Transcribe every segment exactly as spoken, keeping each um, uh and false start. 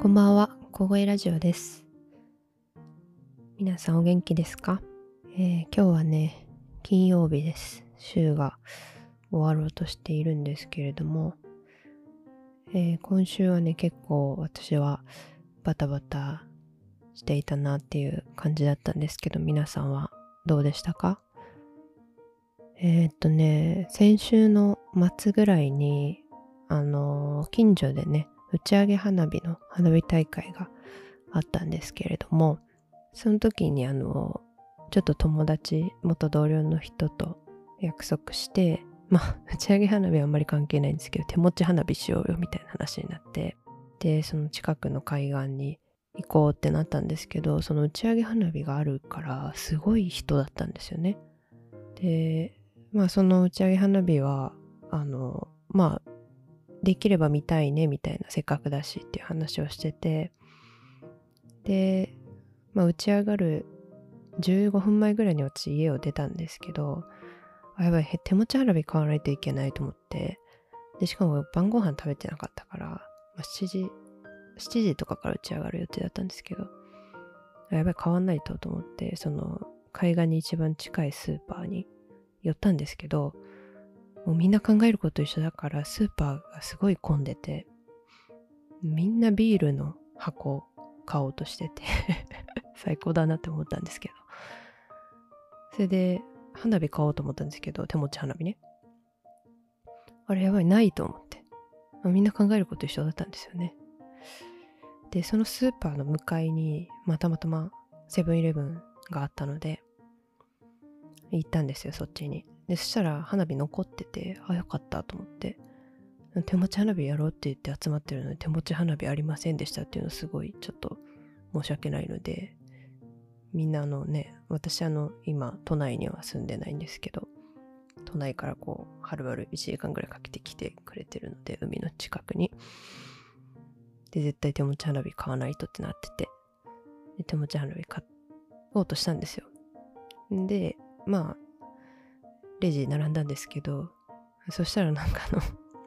こんばんは、小声ラジオです。皆さんお元気ですか？えー、今日はね、金曜日です。週が終わろうとしているんですけれども、えー、今週はね、結構私はバタバタしていたなっていう感じだったんですけど、皆さんはどうでしたか？えー、っとね、先週の末ぐらいに、あのー近所でね、打ち上げ花火の花火大会があったんですけれども、その時にあの、ちょっと友達、元同僚の人と約束して、まあ、打ち上げ花火はあんまり関係ないんですけど、手持ち花火しようよみたいな話になって、で、その近くの海岸に行こうってなったんですけど、その打ち上げ花火があるから、すごい人だったんですよね。で、まあその打ち上げ花火は、あの、まあ、できれば見たいねみたいな、せっかくだしっていう話をしてて、で、まあ打ち上がるじゅうごふんまえぐらいに私家を出たんですけど、あ、やばい、手持ち花火買わないといけないと思って、で、しかも晩ご飯食べてなかったから、まあ、しちじ、しちじとかから打ち上がる予定だったんですけど、あ、やばい、買わないとと思って、その海岸に一番近いスーパーに寄ったんですけど、もうみんな考えること一緒だからスーパーがすごい混んでて、みんなビールの箱を買おうとしてて最高だなって思ったんですけど、それで花火買おうと思ったんですけど、手持ち花火ね、あれやばい、ないと思って、みんな考えること一緒だったんですよね。で、そのスーパーの向かいにまたまたまセブンイレブンがあったので行ったんですよ、そっちに。で、そしたら花火残ってて、あ、よかったと思って、手持ち花火やろうって言って集まってるので手持ち花火ありませんでしたっていうのすごいちょっと申し訳ないので、みんなあのね、私あの今都内には住んでないんですけど、都内からこうはるばるいちじかんぐらいかけて来てくれてるので、海の近くにで絶対手持ち花火買わないとってなってて、で手持ち花火買おうとしたんですよ。で、まあレジ並んだんですけど、そしたらなんかあの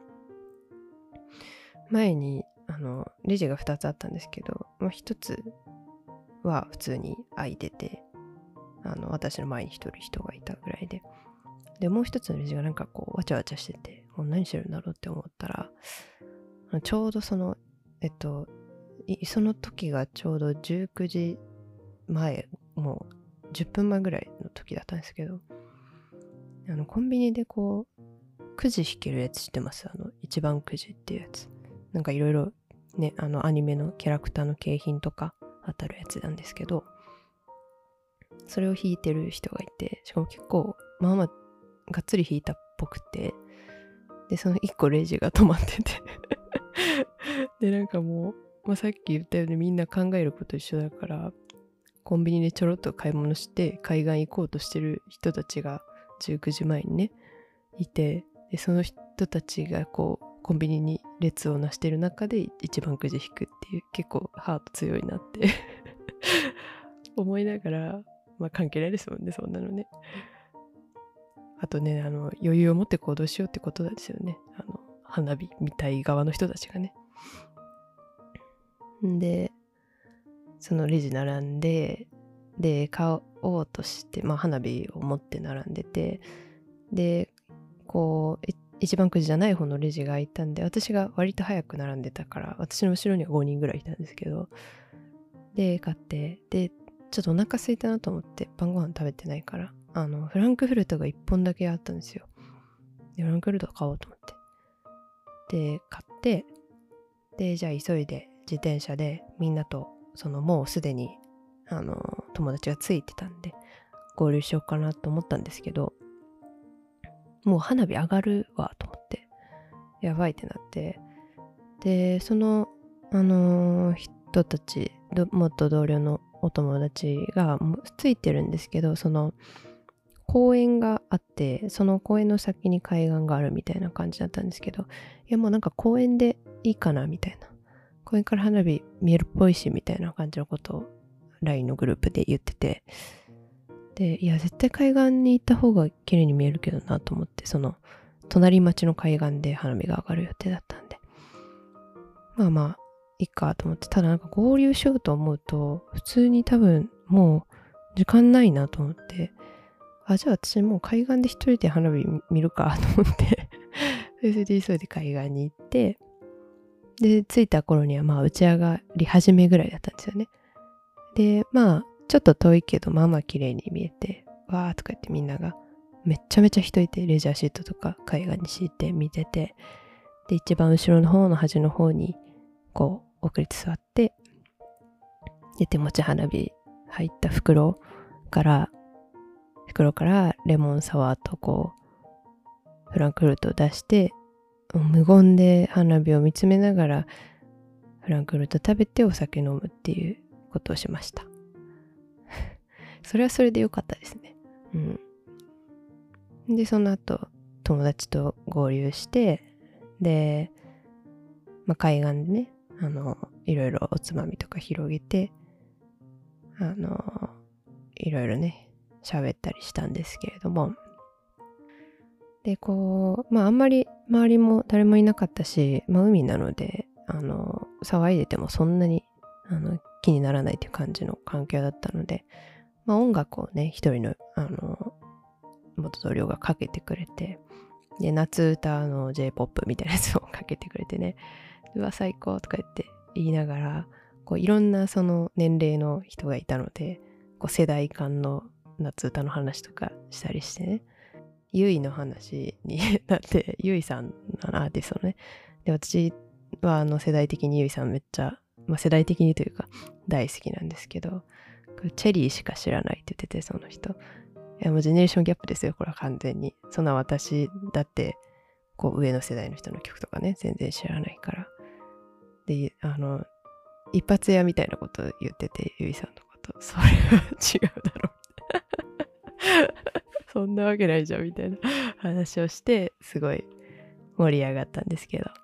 前にあのレジがふたつあったんですけど、まあ、ひとつは普通に空いてて、あの私の前に一人人がいたぐらいで、でもう一つのレジがなんかこうわちゃわちゃしてて、もう何してるんだろうって思ったら、ちょうどそのえっとその時がちょうどじゅうくじまえ、もうじゅっぷんまえぐらいの時だったんですけど、あのコンビニでこうくじ引けるやつ知ってます？あの一番くじっていうやつ、なんかいろいろね、あのアニメのキャラクターの景品とか当たるやつなんですけど、それを引いてる人がいて、しかも結構まあまあがっつり引いたっぽくて、でそのいっこレジが止まっててでなんかもう、まあ、さっき言ったようにみんな考えること一緒だから、コンビニでちょろっと買い物して海岸行こうとしてる人たちがじゅうくじまえにねいて、でその人たちがこうコンビニに列をなしてる中で一番くじ引くっていう、結構ハート強いなって思いながら、まあ関係ないですもんね、そんなのね。あとね、あの余裕を持って行動しようってことですよね、あの花火見たい側の人たちがね。んでそのレジ並んで、で買おうとして、まあ花火を持って並んでて、でこう一番くじじゃない方のレジが開いたんで、私が割と早く並んでたから、私の後ろにはごにんぐらいいたんですけど、で買って、でちょっとお腹空いたなと思って晩ご飯食べてないから、あのフランクフルトがいっぽんだけあったんですよ。でフランクフルト買おうと思ってで買って、でじゃあ急いで自転車でみんなと、そのもうすでにあの友達がついてたんで合流しようかなと思ったんですけど、もう花火上がるわと思って、やばいってなって、でそのあのー人たち、元同僚のお友達がついてるんですけど、その公園があって、その公園の先に海岸があるみたいな感じだったんですけど、いやもうなんか公園でいいかなみたいな、公園から花火見えるっぽいしみたいな感じのことを ライン のグループで言ってて、でいや絶対海岸に行った方が綺麗に見えるけどなと思って、その隣町の海岸で花火が上がる予定だったんで、まあまあいいかと思って、ただなんか合流しようと思うと、普通に多分もう時間ないなと思って、あ、じゃあ私もう海岸で一人で花火見るかと思って、それで急いで海岸に行って、で、着いた頃にはまあ打ち上がり始めぐらいだったんですよね。で、まあ、ちょっと遠いけど、まあまあ綺麗に見えて、わーとか言ってみんなが、めっちゃめちゃ人いて、レジャーシートとか海岸に敷いて見てて、で、一番後ろの方の端の方に、こう、遅れて座って、で、手持ち花火入った袋から、袋からレモンサワーとこう、フランクフルトを出して、無言で花火を見つめながら、フランクフルト食べてお酒飲むっていうことをしました。それはそれで良かったですね。うん。で、その後、友達と合流して、で、まあ、海岸でね、あの、いろいろおつまみとか広げて、あの、いろいろね、喋ったりしたんですけれども、で、こう、まあ、あんまり周りも誰もいなかったし、まあ、海なので、あの、騒いでてもそんなに、あの、気にならないという感じの環境だったので、まあ、音楽をね、一人の、あの、元同僚がかけてくれて、で、夏歌の J-ポップ みたいなやつをかけてくれてね、うわ、最高とか言って言いながら、こう、いろんなその年齢の人がいたので、こう、世代間の夏歌の話とかしたりしてね、ゆいの話になって、ゆいさんのアーティストのね、で、私はあの世代的にゆいさんめっちゃ、まあ、世代的にというか大好きなんですけど、チェリーしか知らないって言ってて、その人。いや、もうジェネレーションギャップですよ、これは完全に。そんな私だって、こう上の世代の人の曲とかね、全然知らないから。で、あの、一発屋みたいなこと言ってて、ゆいさんのこと、それは違うだろう。そんなわけないじゃんみたいな話をして、すごい盛り上がったんですけど。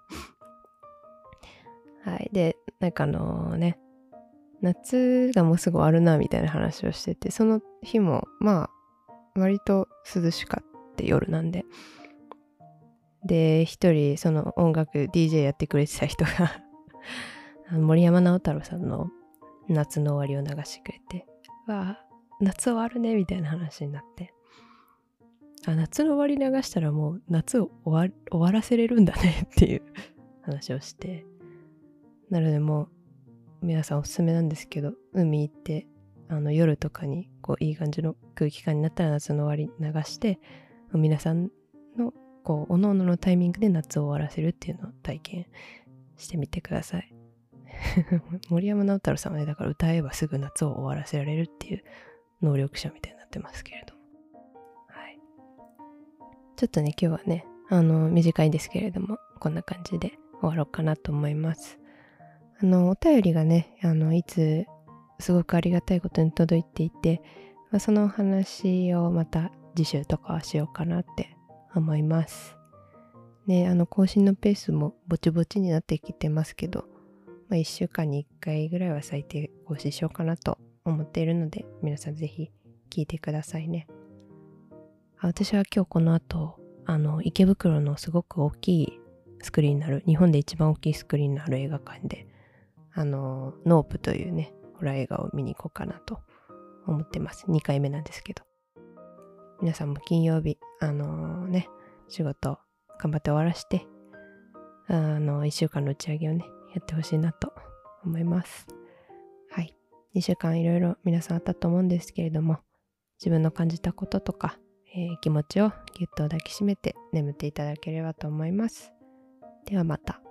はい。で、なんかあのね、夏がもうすぐ終わるなみたいな話をしてて、その日もまあ割と涼しかった夜なんで、で一人その音楽 ディージェー やってくれてた人が森山直太朗さんの夏の終わりを流してくれて、わあ夏終わるねみたいな話になって、あ、夏の終わり流したらもう夏を終わ、終わらせれるんだねっていう話をして、なのでもう皆さんおすすめなんですけど、海行ってあの夜とかにこういい感じの空気感になったら夏の終わり流して、皆さんのこうおのおののタイミングで夏を終わらせるっていうのを体験してみてください。森山直太朗さんはね、だから歌えばすぐ夏を終わらせられるっていう能力者みたいになってますけれども、はい、ちょっとね今日はねあの短いですけれども、こんな感じで終わろうかなと思います。あのお便りがね、あのいつすごくありがたいことに届いていて、まあ、その話をまた次週とかはしようかなって思います。ね、あの更新のペースもぼちぼちになってきてますけど、まあ、いっしゅうかんにいっかいぐらいは最低更新しようかなと思っているので、皆さんぜひ聞いてくださいね。あ、私は今日この後あの池袋のすごく大きいスクリーンになる、日本で一番大きいスクリーンになる映画館であのノープというねホラー映画を見に行こうかなと思ってます。にかいめなんですけど、皆さんも金曜日あのー、ね仕事頑張って終わらして、あのいっしゅうかんの打ち上げをねやってほしいなと思います。はい、にしゅうかんいろいろ皆さんあったと思うんですけれども、自分の感じたこととか、えー、気持ちをぎゅっと抱きしめて眠っていただければと思います。ではまた。